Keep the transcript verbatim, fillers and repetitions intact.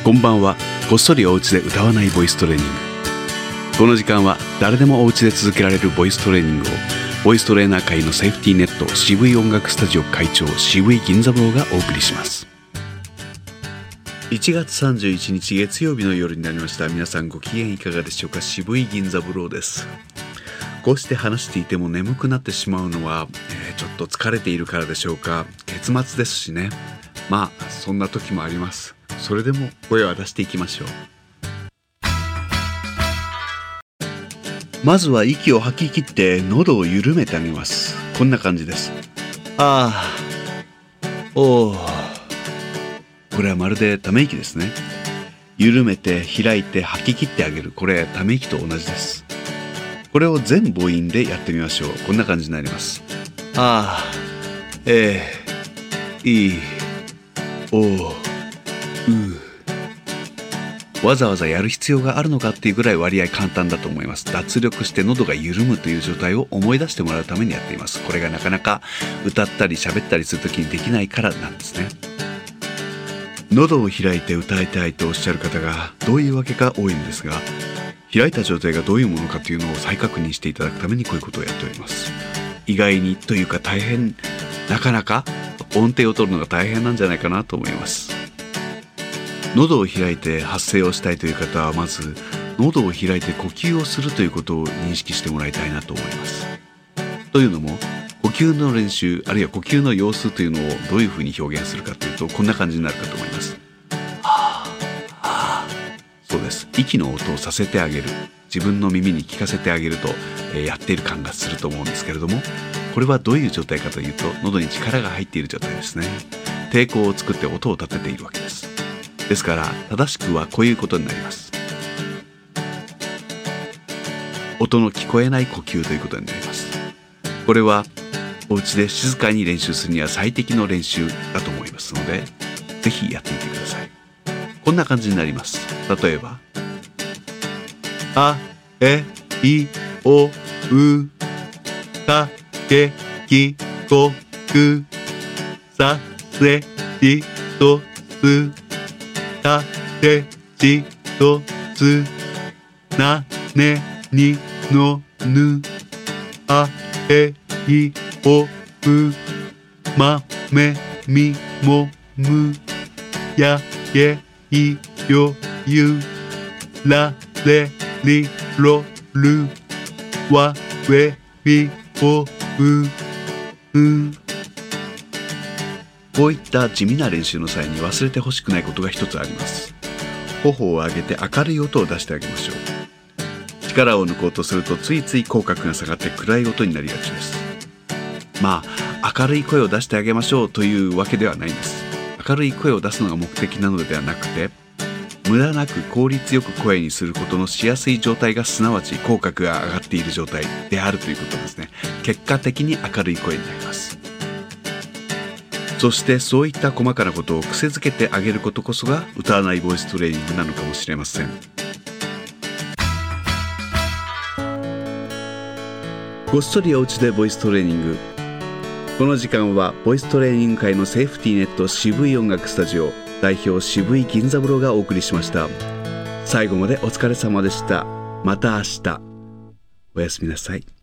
こんばんは。こっそりお家で歌わないボイストレーニング。この時間は誰でもお家で続けられるボイストレーニングをボイストレーナー界のセーフティーネット渋い音楽スタジオ会長渋い銀座坊がお送りします。いちがつさんじゅういちにち月曜日の夜になりました。皆さんご機嫌いかがでしょうか。渋い銀座坊です。こうして話していても眠くなってしまうのは、えー、ちょっと疲れているからでしょうか。月末ですしね。まあそんな時もあります。それでも声は出していきましょう。まずは息を吐き切って喉を緩めてあげます。こんな感じです。ああ、おー。これはまるでため息ですね。緩めて開いて吐き切ってあげる。これため息と同じです。これを全母音でやってみましょう。こんな感じになります。ああ、えー、いい、おー、うー。わざわざやる必要があるのかっていうぐらい割合簡単だと思います。脱力して喉が緩むという状態を思い出してもらうためにやっています。これがなかなか歌ったり喋ったりするときにできないからなんですね。喉を開いて歌いたいとおっしゃる方がどういうわけか多いんですが、開いた状態がどういうものかというのを再確認していただくためにこういうことをやっております。意外にというか大変、なかなか音程を取るのが大変なんじゃないかなと思います。喉を開いて発声をしたいという方はまず喉を開いて呼吸をするということを認識してもらいたいなと思います。というのも呼吸の練習あるいは呼吸の様子というのをどういうふうに表現するかというとこんな感じになるかと思います。はあはあ、そうです。息の音をさせてあげる、自分の耳に聞かせてあげると、えー、やっている感がすると思うんですけれども、これはどういう状態かというと喉に力が入っている状態ですね。抵抗を作って音を立てているわけです。ですから正しくはこういうことになります。音の聞こえない呼吸ということになります。これはお家で静かに練習するには最適の練習だと思いますので、ぜひやってみてください。こんな感じになります。例えばあえいおうかけきこくさせしとすたてちとつなねにのぬあえいおうまめみもむやげいよゆられりろるわwe we o u u。 こういった地味な練習の際に忘れてほしくないことが一つあります。頬を上げて明るい音を出してあげましょう。力を抜こうとするとついつい口角が下がって暗い音になりがちです。まあ明るい声を出してあげましょうというわけではないんです。明るい声を出すのが目的なのではなくて、無駄なく効率よく声にすることのしやすい状態がすなわち口角が上がっている状態であるということですね。結果的に明るい声になります。そしてそういった細かなことを癖づけてあげることこそが歌わないボイストレーニングなのかもしれません。こっそりお家でボイストレーニング。この時間はボイストレーニング界のセーフティーネット渋い音楽スタジオ代表渋い銀座坊がお送りしました。最後までお疲れ様でした。また明日。おやすみなさい。